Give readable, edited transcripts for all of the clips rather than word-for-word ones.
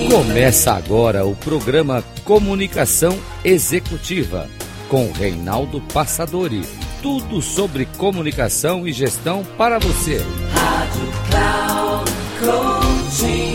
Começa agora o programa Comunicação Executiva, com Reinaldo Passadori. Tudo sobre comunicação e gestão para você. Rádio Cloud Coaching.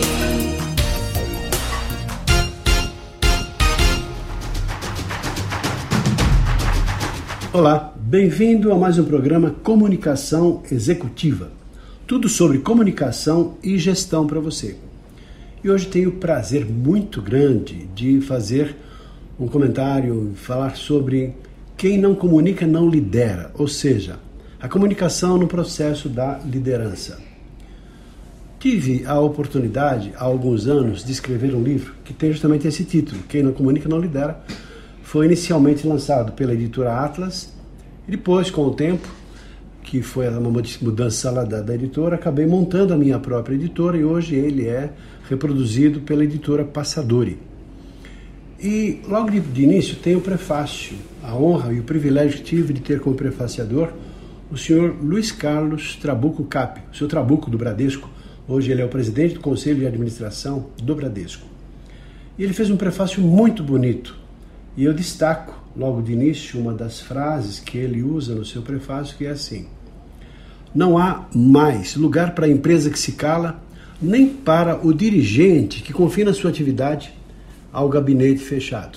Olá, bem-vindo a mais um programa Comunicação Executiva. Tudo sobre comunicação e gestão para você. E hoje tenho o prazer muito grande de fazer um comentário, falar sobre quem não comunica não lidera, ou seja, a comunicação no processo da liderança. Tive a oportunidade, há alguns anos, de escrever um livro que tem justamente esse título, Quem não comunica não lidera. Foi inicialmente lançado pela editora Atlas e depois, com o tempo, que foi uma mudança da editora, acabei montando a minha própria editora e hoje ele é reproduzido pela editora Passadori. E logo de início tem o prefácio, a honra e o privilégio que tive de ter como prefaciador o senhor Luiz Carlos Trabuco Cap, o senhor Trabuco do Bradesco. Hoje ele é o presidente do Conselho de Administração do Bradesco. E ele fez um prefácio muito bonito. E eu destaco, logo de início, uma das frases que ele usa no seu prefácio, que é assim: não há mais lugar para a empresa que se cala, nem para o dirigente que confina sua atividade ao gabinete fechado.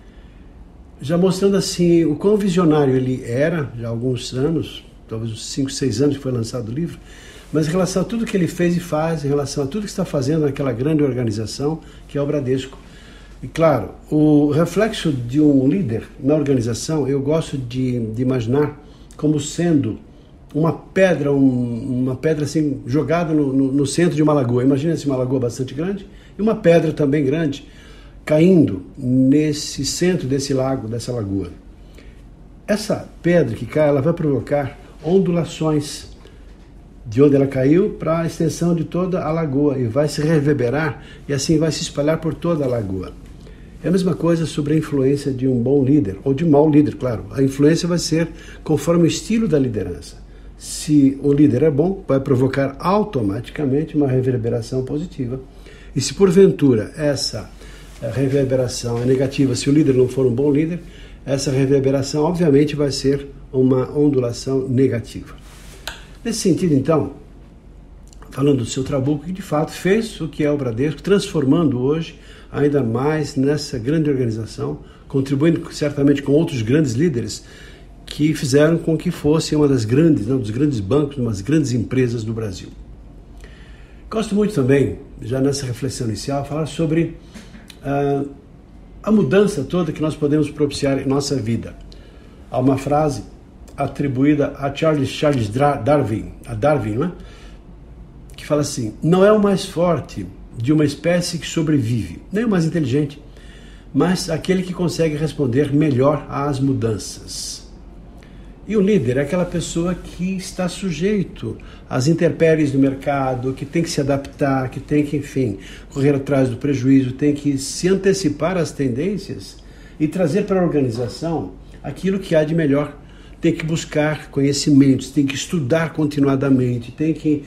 Já mostrando assim o quão visionário ele era, já há alguns anos, talvez uns 5, 6 anos que foi lançado o livro, mas em relação a tudo que ele fez e faz, em relação a tudo que está fazendo naquela grande organização que é o Bradesco. E claro, o reflexo de um líder na organização, eu gosto de imaginar como sendo uma pedra assim jogada no centro de uma lagoa. Imagina assim, uma lagoa bastante grande e uma pedra também grande caindo nesse centro desse lago, dessa lagoa. Essa pedra que cai, ela vai provocar ondulações de onde ela caiu para a extensão de toda a lagoa e vai se reverberar e assim vai se espalhar por toda a lagoa. É a mesma coisa sobre a influência de um bom líder, ou de um mau líder, claro. A influência vai ser conforme o estilo da liderança. Se o líder é bom, vai provocar automaticamente uma reverberação positiva. E se porventura essa reverberação é negativa, se o líder não for um bom líder, essa reverberação obviamente vai ser uma ondulação negativa. Nesse sentido, então, falando do seu Trabuco, que de fato fez o que é o Bradesco, transformando hoje ainda mais nessa grande organização, contribuindo certamente com outros grandes líderes que fizeram com que fosse uma das grandes, dos grandes bancos, umas grandes empresas do Brasil. Gosto muito também, já nessa reflexão inicial, falar sobre a mudança toda que nós podemos propiciar em nossa vida. Há uma frase atribuída a Charles Darwin, não é? Que fala assim: não é o mais forte de uma espécie que sobrevive, nem o mais inteligente, mas aquele que consegue responder melhor às mudanças. E o líder é aquela pessoa que está sujeito às intempéries do mercado, que tem que se adaptar, que tem que, enfim, correr atrás do prejuízo, tem que se antecipar às tendências e trazer para a organização aquilo que há de melhor. Tem que buscar conhecimentos, tem que estudar continuadamente,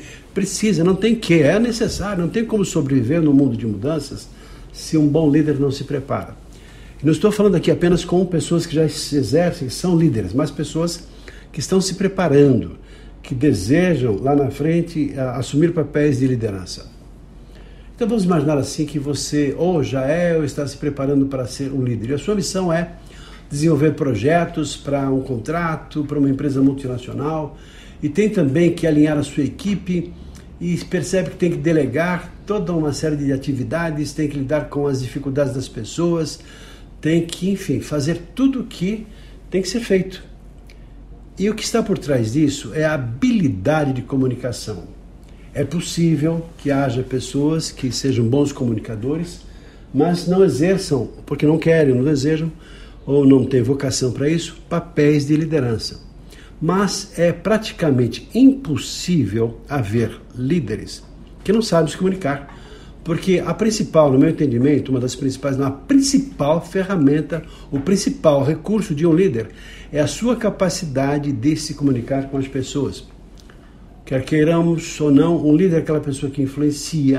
é necessário, não tem como sobreviver no mundo de mudanças se um bom líder não se prepara. E não estou falando aqui apenas com pessoas que já se exercem, que são líderes, mas pessoas que estão se preparando, que desejam lá na frente assumir papéis de liderança. Então vamos imaginar assim que você ou já é ou está se preparando para ser um líder. E a sua missão é desenvolver projetos para um contrato, para uma empresa multinacional, e tem também que alinhar a sua equipe e percebe que tem que delegar toda uma série de atividades, tem que lidar com as dificuldades das pessoas, tem que, enfim, fazer tudo o que tem que ser feito. E o que está por trás disso é a habilidade de comunicação. É possível que haja pessoas que sejam bons comunicadores, mas não exerçam, porque não querem, não desejam, ou não têm vocação para isso, papéis de liderança. Mas é praticamente impossível haver líderes que não sabem se comunicar, porque a principal, no meu entendimento, a principal ferramenta, o principal recurso de um líder é a sua capacidade de se comunicar com as pessoas. Quer queiramos ou não, um líder é aquela pessoa que influencia,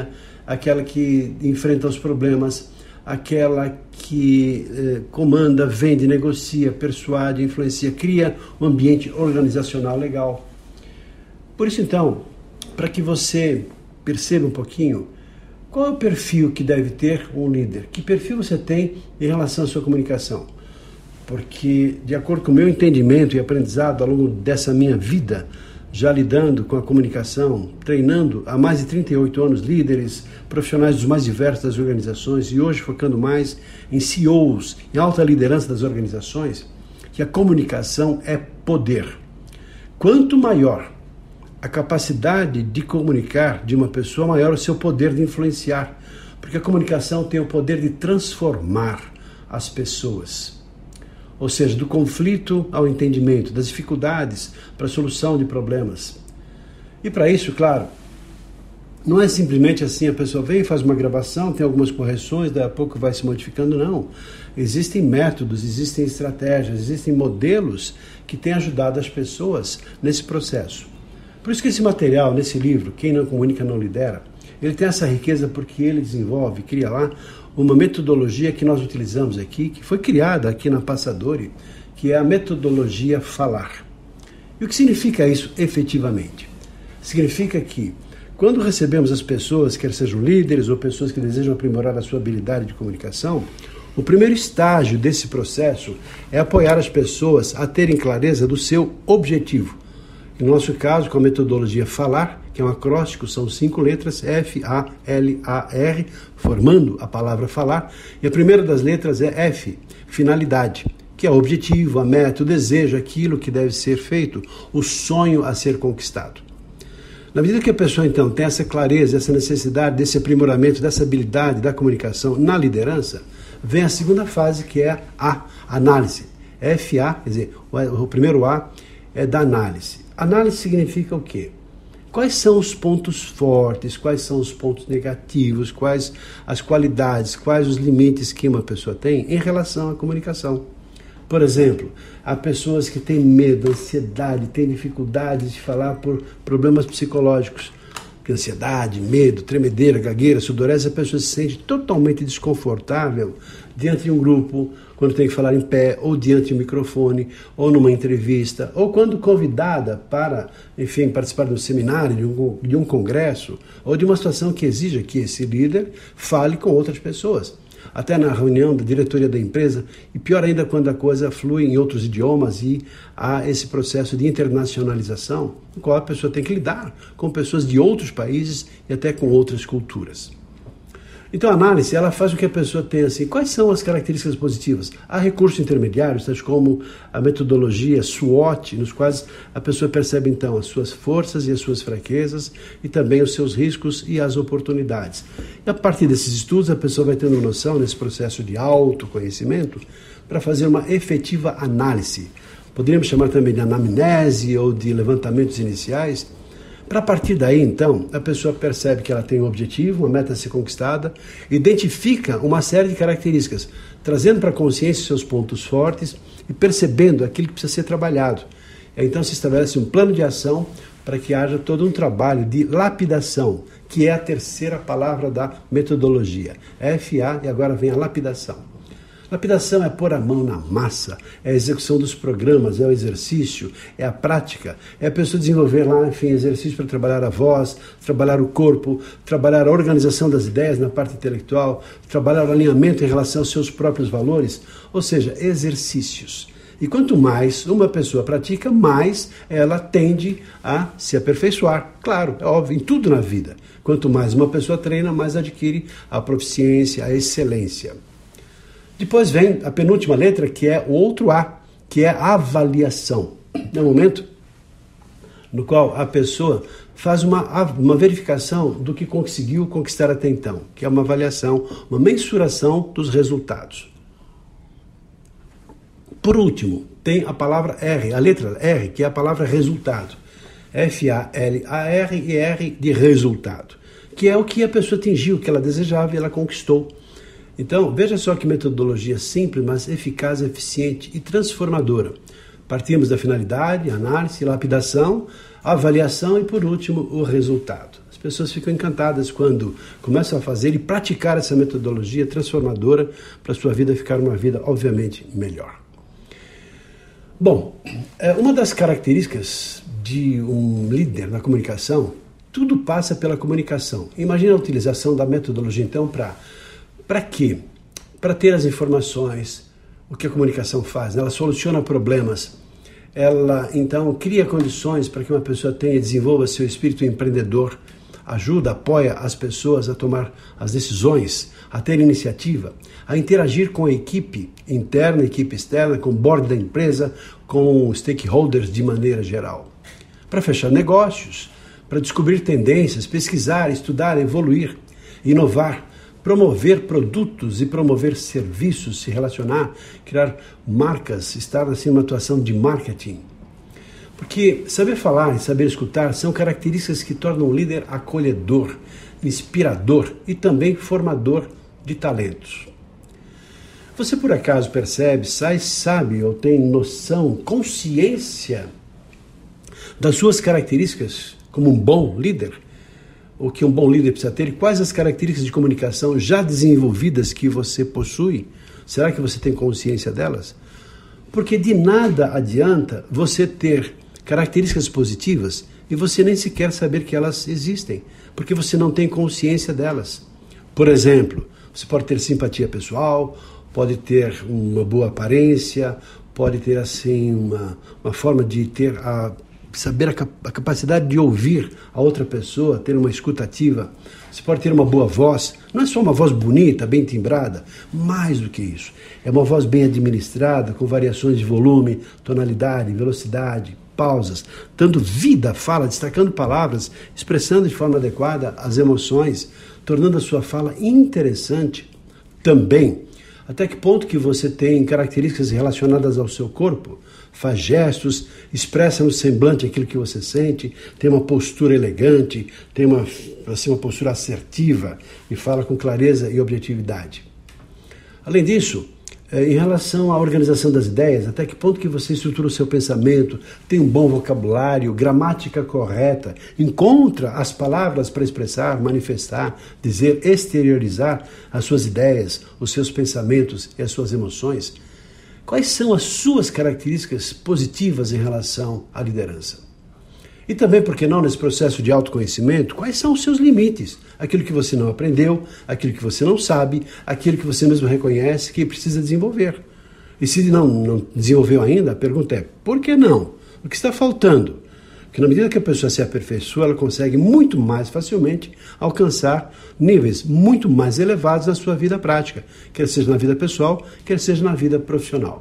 aquela que enfrenta os problemas, aquela que comanda, vende, negocia, persuade, influencia, cria um ambiente organizacional legal. Por isso, então, para que você perceba um pouquinho qual é o perfil que deve ter um líder, que perfil você tem em relação à sua comunicação. Porque, de acordo com o meu entendimento e aprendizado ao longo dessa minha vida, já lidando com a comunicação, treinando há mais de 38 anos líderes, profissionais dos mais diversos das organizações e hoje focando mais em CEOs, em alta liderança das organizações, que a comunicação é poder. Quanto maior a capacidade de comunicar de uma pessoa, maior o seu poder de influenciar, porque a comunicação tem o poder de transformar as pessoas. Ou seja, do conflito ao entendimento, das dificuldades para a solução de problemas. E para isso, claro, não é simplesmente assim, a pessoa vem, faz uma gravação, tem algumas correções, daí a pouco vai se modificando, não. Existem métodos, existem estratégias, existem modelos que têm ajudado as pessoas nesse processo. Por isso que esse material, nesse livro, Quem Não Comunica Não Lidera, ele tem essa riqueza porque ele desenvolve, cria lá, uma metodologia que nós utilizamos aqui, que foi criada aqui na Passadori, que é a metodologia falar. E o que significa isso efetivamente? Significa que quando recebemos as pessoas, quer sejam líderes ou pessoas que desejam aprimorar a sua habilidade de comunicação, o primeiro estágio desse processo é apoiar as pessoas a terem clareza do seu objetivo. No nosso caso, com a metodologia FALAR, que é um acróstico, são 5 letras, F-A-L-A-R, formando a palavra falar, e a primeira das letras é F, finalidade, que é o objetivo, a meta, o desejo, aquilo que deve ser feito, o sonho a ser conquistado. Na medida que a pessoa, então, tem essa clareza, essa necessidade desse aprimoramento, dessa habilidade da comunicação na liderança, vem a segunda fase, que é a análise. F-A, quer dizer, o primeiro A é da análise. Análise significa o quê? Quais são os pontos fortes, quais são os pontos negativos, quais as qualidades, quais os limites que uma pessoa tem em relação à comunicação. Por exemplo, há pessoas que têm medo, ansiedade, têm dificuldades de falar por problemas psicológicos. Ansiedade, medo, tremedeira, gagueira, sudorese, a pessoa se sente totalmente desconfortável diante de um grupo, quando tem que falar em pé, ou diante de um microfone, ou numa entrevista, ou quando convidada para, enfim, participar de um seminário, de um congresso, ou de uma situação que exija que esse líder fale com outras pessoas. Até na reunião da diretoria da empresa, e pior ainda quando a coisa flui em outros idiomas e há esse processo de internacionalização, no qual a pessoa tem que lidar com pessoas de outros países e até com outras culturas. Então a análise, ela faz com que a pessoa tenha assim, quais são as características positivas? Há recursos intermediários, tais como a metodologia SWOT, nos quais a pessoa percebe então as suas forças e as suas fraquezas e também os seus riscos e as oportunidades. E a partir desses estudos a pessoa vai tendo noção nesse processo de autoconhecimento para fazer uma efetiva análise. Poderíamos chamar também de anamnese ou de levantamentos iniciais. Para partir daí, então, a pessoa percebe que ela tem um objetivo, uma meta a ser conquistada, identifica uma série de características, trazendo para a consciência seus pontos fortes e percebendo aquilo que precisa ser trabalhado. Então se estabelece um plano de ação para que haja todo um trabalho de lapidação, que é a terceira palavra da metodologia. F-A e agora vem a lapidação. Lapidação é pôr a mão na massa, é a execução dos programas, é o exercício, é a prática, é a pessoa desenvolver lá, enfim, exercício para trabalhar a voz, trabalhar o corpo, trabalhar a organização das ideias na parte intelectual, trabalhar o alinhamento em relação aos seus próprios valores, ou seja, exercícios. E quanto mais uma pessoa pratica, mais ela tende a se aperfeiçoar. Claro, é óbvio, em tudo na vida. Quanto mais uma pessoa treina, mais adquire a proficiência, a excelência. Depois vem a penúltima letra, que é o outro A, que é a avaliação. É o momento no qual a pessoa faz uma verificação do que conseguiu conquistar até então, que é uma avaliação, uma mensuração dos resultados. Por último, tem a palavra R, a letra R, que é a palavra resultado. F-A-L-A-R e R de resultado, que é o que a pessoa atingiu, o que ela desejava e ela conquistou. Então, veja só que metodologia simples, mas eficaz, eficiente e transformadora. Partimos da finalidade, análise, lapidação, avaliação e, por último, o resultado. As As pessoas ficam encantadas quando começam a fazer e praticar essa metodologia transformadora para a sua vida ficar uma vida, obviamente, melhor. Bom, uma das características de um líder na comunicação, tudo passa pela comunicação. Imagina a utilização da metodologia, então, para quê? Para ter as informações, o que a comunicação faz. Ela soluciona problemas, ela, então, cria condições para que uma pessoa desenvolva seu espírito empreendedor, ajuda, apoia as pessoas a tomar as decisões, a ter iniciativa, a interagir com a equipe interna, equipe externa, com o board da empresa, com stakeholders de maneira geral. Para fechar negócios, para descobrir tendências, pesquisar, estudar, evoluir, inovar, promover produtos e promover serviços, se relacionar, criar marcas, estar assim numa atuação de marketing. Porque saber falar e saber escutar são características que tornam o líder acolhedor, inspirador e também formador de talentos. Você por acaso percebe, sabe ou tem noção, consciência das suas características como um bom líder? O que um bom líder precisa ter? E quais as características de comunicação já desenvolvidas que você possui? Será que você tem consciência delas? Porque de nada adianta você ter características positivas e você nem sequer saber que elas existem, porque você não tem consciência delas. Por exemplo, você pode ter simpatia pessoal, pode ter uma boa aparência, pode ter assim uma forma de ter saber a capacidade de ouvir a outra pessoa, ter uma escuta ativa. Você pode ter uma boa voz, não é só uma voz bonita, bem timbrada, mais do que isso. É uma voz bem administrada, com variações de volume, tonalidade, velocidade, pausas, dando vida à fala, destacando palavras, expressando de forma adequada as emoções, tornando a sua fala interessante também. Até que ponto que você tem características relacionadas ao seu corpo, faz gestos, expressa no semblante aquilo que você sente, tem uma postura elegante, tem uma postura assertiva e fala com clareza e objetividade. Além disso, em relação à organização das ideias, até que ponto que você estrutura o seu pensamento, tem um bom vocabulário, gramática correta, encontra as palavras para expressar, manifestar, dizer, exteriorizar as suas ideias, os seus pensamentos e as suas emoções? Quais são as suas características positivas em relação à liderança? E também, por que não, nesse processo de autoconhecimento, quais são os seus limites? Aquilo que você não aprendeu, aquilo que você não sabe, aquilo que você mesmo reconhece que precisa desenvolver. E se não desenvolveu ainda, a pergunta é, por que não? O que está faltando? Porque na medida que a pessoa se aperfeiçoa, ela consegue muito mais facilmente alcançar níveis muito mais elevados na sua vida prática, quer seja na vida pessoal, quer seja na vida profissional.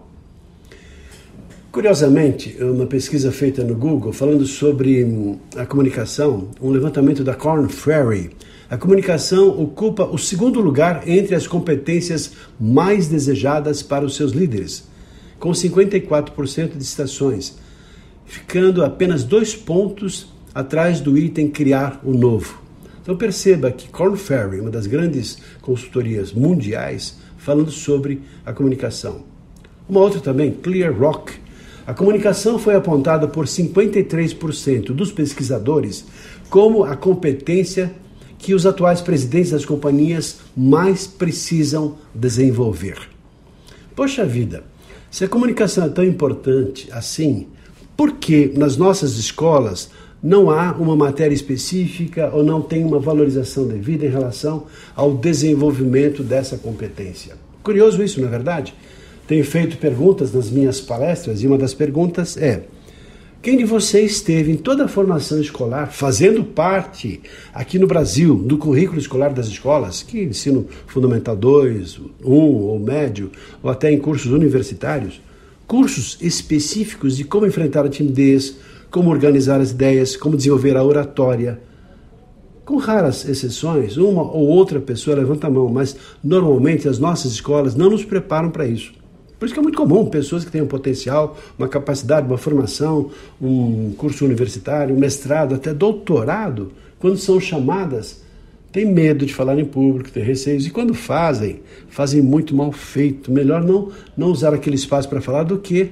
Curiosamente, uma pesquisa feita no Google falando sobre a comunicação, um levantamento da Korn Ferry, a comunicação ocupa o segundo lugar entre as competências mais desejadas para os seus líderes, com 54% de citações, ficando apenas 2 pontos atrás do item criar o novo. Então perceba que Korn Ferry, uma das grandes consultorias mundiais, falando sobre a comunicação. Uma outra também, ClearRock. A comunicação foi apontada por 53% dos pesquisadores como a competência que os atuais presidentes das companhias mais precisam desenvolver. Poxa vida, se a comunicação é tão importante assim, por que nas nossas escolas não há uma matéria específica ou não tem uma valorização devida em relação ao desenvolvimento dessa competência? Curioso isso, não é verdade? Tenho feito perguntas nas minhas palestras e uma das perguntas é: quem de vocês esteve em toda a formação escolar, fazendo parte aqui no Brasil do currículo escolar das escolas, que ensino fundamental 2, 1 ou médio, ou até em cursos universitários, cursos específicos de como enfrentar a timidez, como organizar as ideias, como desenvolver a oratória? Com raras exceções, uma ou outra pessoa levanta a mão, mas normalmente as nossas escolas não nos preparam para isso. Por isso que é muito comum pessoas que têm um potencial, uma capacidade, uma formação, um curso universitário, um mestrado, até doutorado, quando são chamadas, têm medo de falar em público, têm receios, e quando fazem muito mal feito. Melhor não usar aquele espaço para falar do que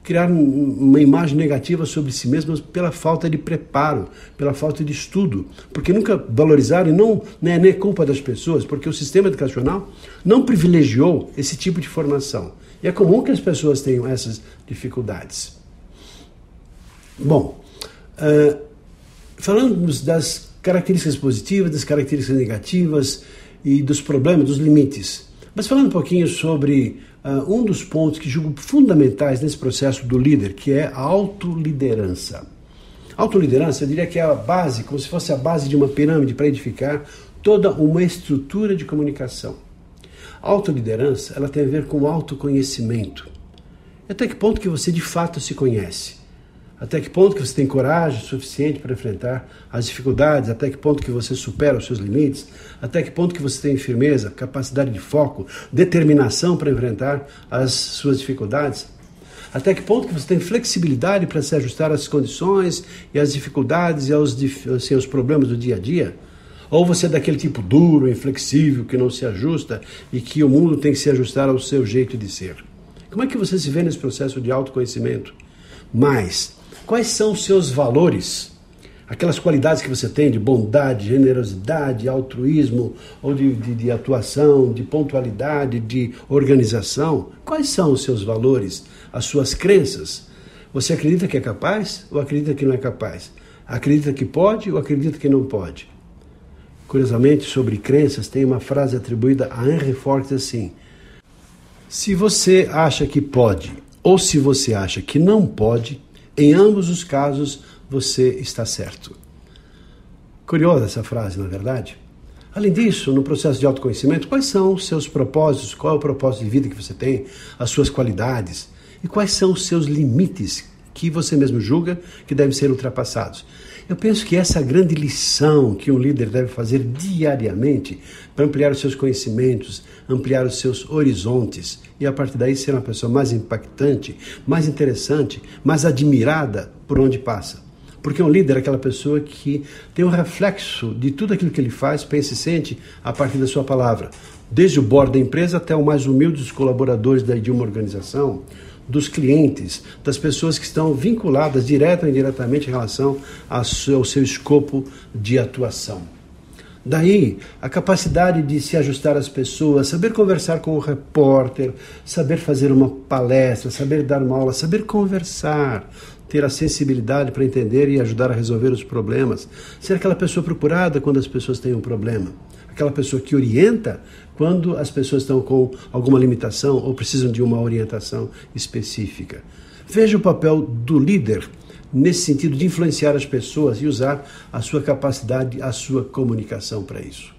criar uma imagem negativa sobre si mesmas pela falta de preparo, pela falta de estudo, porque nunca valorizaram, e não é culpa das pessoas, porque o sistema educacional não privilegiou esse tipo de formação. E é comum que as pessoas tenham essas dificuldades. Bom, falamos das características positivas, das características negativas e dos problemas, dos limites. Mas falando um pouquinho sobre um dos pontos que julgo fundamentais nesse processo do líder, que é a autoliderança. Autoliderança, eu diria que é a base, como se fosse a base de uma pirâmide para edificar toda uma estrutura de comunicação. A autoliderança, ela tem a ver com o autoconhecimento. Até que ponto que você de fato se conhece? Até que ponto que você tem coragem suficiente para enfrentar as dificuldades? Até que ponto que você supera os seus limites? Até que ponto que você tem firmeza, capacidade de foco, determinação para enfrentar as suas dificuldades? Até que ponto que você tem flexibilidade para se ajustar às condições e às dificuldades e aos problemas do dia a dia? Ou você é daquele tipo duro, inflexível, que não se ajusta e que o mundo tem que se ajustar ao seu jeito de ser? Como é que você se vê nesse processo de autoconhecimento? Mas quais são os seus valores? Aquelas qualidades que você tem de bondade, generosidade, altruísmo, ou de atuação, de pontualidade, de organização. Quais são os seus valores, as suas crenças? Você acredita que é capaz ou acredita que não é capaz? Acredita que pode ou acredita que não pode? Curiosamente, sobre crenças, tem uma frase atribuída a Henry Ford assim: se você acha que pode ou se você acha que não pode, em ambos os casos, você está certo. Curiosa essa frase, não é verdade? Além disso, no processo de autoconhecimento, quais são os seus propósitos? Qual é o propósito de vida que você tem? As suas qualidades? E quais são os seus limites que você mesmo julga que devem ser ultrapassados? Eu penso que essa é a grande lição que um líder deve fazer diariamente para ampliar os seus conhecimentos, ampliar os seus horizontes e a partir daí ser uma pessoa mais impactante, mais interessante, mais admirada por onde passa. Porque um líder é aquela pessoa que tem um reflexo de tudo aquilo que ele faz, pensa e sente a partir da sua palavra. Desde o board da empresa até o mais humilde dos colaboradores de uma organização, dos clientes, das pessoas que estão vinculadas direta ou indiretamente em relação ao seu escopo de atuação. Daí, a capacidade de se ajustar às pessoas, saber conversar com o repórter, saber fazer uma palestra, saber dar uma aula, saber conversar, ter a sensibilidade para entender e ajudar a resolver os problemas, ser aquela pessoa procurada quando as pessoas têm um problema, aquela pessoa que orienta quando as pessoas estão com alguma limitação ou precisam de uma orientação específica. Veja o papel do líder nesse sentido de influenciar as pessoas e usar a sua capacidade, a sua comunicação para isso.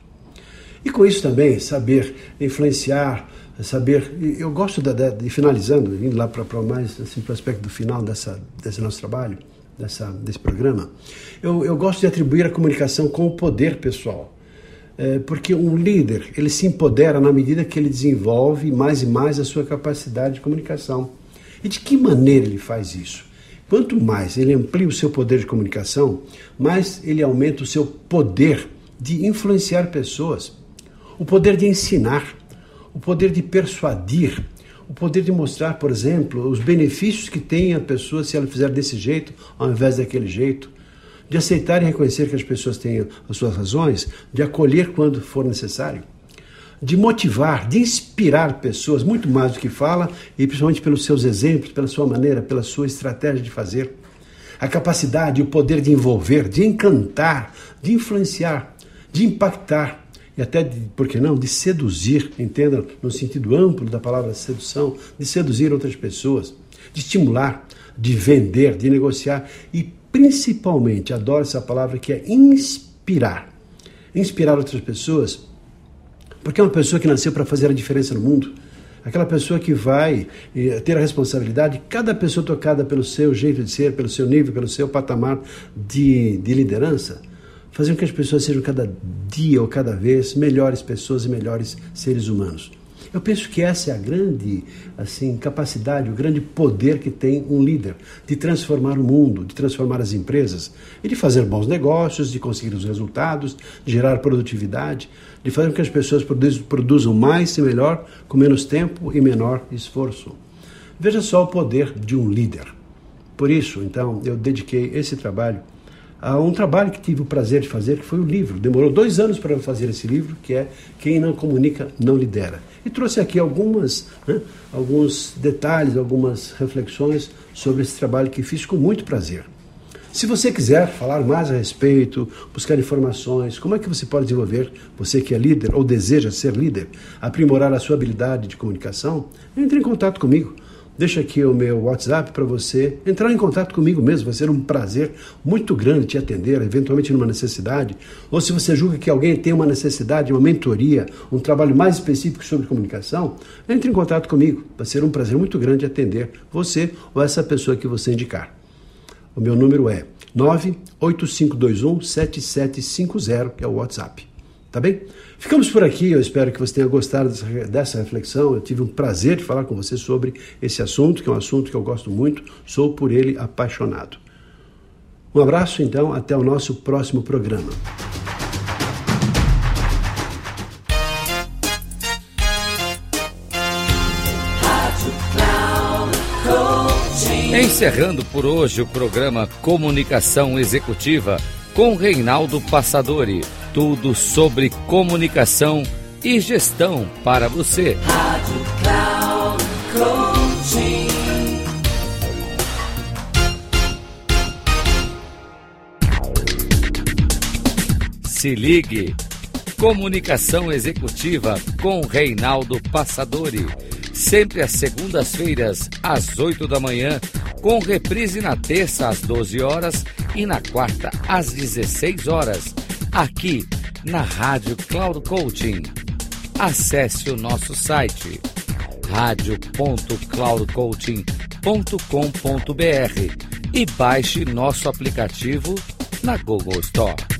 E com isso também saber influenciar, saber... Eu gosto de finalizando, indo lá para mais assim, para o aspecto do final desse nosso trabalho, desse programa, eu gosto de atribuir a comunicação com o poder pessoal. Porque um líder, ele se empodera na medida que ele desenvolve mais e mais a sua capacidade de comunicação. E de que maneira ele faz isso? Quanto mais ele amplia o seu poder de comunicação, mais ele aumenta o seu poder de influenciar pessoas, o poder de ensinar, o poder de persuadir, o poder de mostrar, por exemplo, os benefícios que tem a pessoa se ela fizer desse jeito ao invés daquele jeito, de aceitar e reconhecer que as pessoas têm as suas razões, de acolher quando for necessário, de motivar, de inspirar pessoas, muito mais do que fala, e principalmente pelos seus exemplos, pela sua maneira, pela sua estratégia de fazer. A capacidade e o poder de envolver, de encantar, de influenciar, de impactar e até, por que não, de seduzir, entenda, no sentido amplo da palavra sedução, de seduzir outras pessoas, de estimular, de vender, de negociar e principalmente, adoro essa palavra que é inspirar. Inspirar outras pessoas, porque é uma pessoa que nasceu para fazer a diferença no mundo. Aquela pessoa que vai ter a responsabilidade, cada pessoa tocada pelo seu jeito de ser, pelo seu nível, pelo seu patamar de liderança, fazer com que as pessoas sejam cada dia ou cada vez melhores pessoas e melhores seres humanos. Eu penso que essa é a grande capacidade, o grande poder que tem um líder de transformar o mundo, de transformar as empresas e de fazer bons negócios, de conseguir os resultados, de gerar produtividade, de fazer com que as pessoas produzam mais e melhor com menos tempo e menor esforço. Veja só o poder de um líder. Por isso, então, eu dediquei esse trabalho a um trabalho que tive o prazer de fazer, que foi o livro. Demorou 2 anos para eu fazer esse livro, que é Quem Não Comunica, Não Lidera. E trouxe aqui alguns detalhes, algumas reflexões sobre esse trabalho que fiz com muito prazer. Se você quiser falar mais a respeito, buscar informações, como é que você pode desenvolver, você que é líder ou deseja ser líder, aprimorar a sua habilidade de comunicação, entre em contato comigo. Deixa aqui o meu WhatsApp para você entrar em contato comigo mesmo. Vai ser um prazer muito grande te atender, eventualmente numa necessidade. Ou se você julga que alguém tem uma necessidade, uma mentoria, um trabalho mais específico sobre comunicação, entre em contato comigo. Vai ser um prazer muito grande atender você ou essa pessoa que você indicar. O meu número é 98521-7750, que é o WhatsApp. Tá bem? Ficamos por aqui, eu espero que você tenha gostado dessa reflexão. Eu tive um prazer de falar com você sobre esse assunto, que é um assunto que eu gosto muito, sou por ele apaixonado. Um abraço, então, até o nosso próximo programa. Encerrando por hoje o programa Comunicação Executiva com Reinaldo Passadori. Tudo sobre comunicação e gestão para você. Rádio Cloud Coaching. Se ligue. Comunicação Executiva com Reinaldo Passadori. Sempre às segundas-feiras, às 8 da manhã, com reprise na terça às 12 horas e na quarta às 16 horas. Aqui na Rádio Cloud Coaching. Acesse o nosso site radio.cloudcoaching.com.br e baixe nosso aplicativo na Google Store.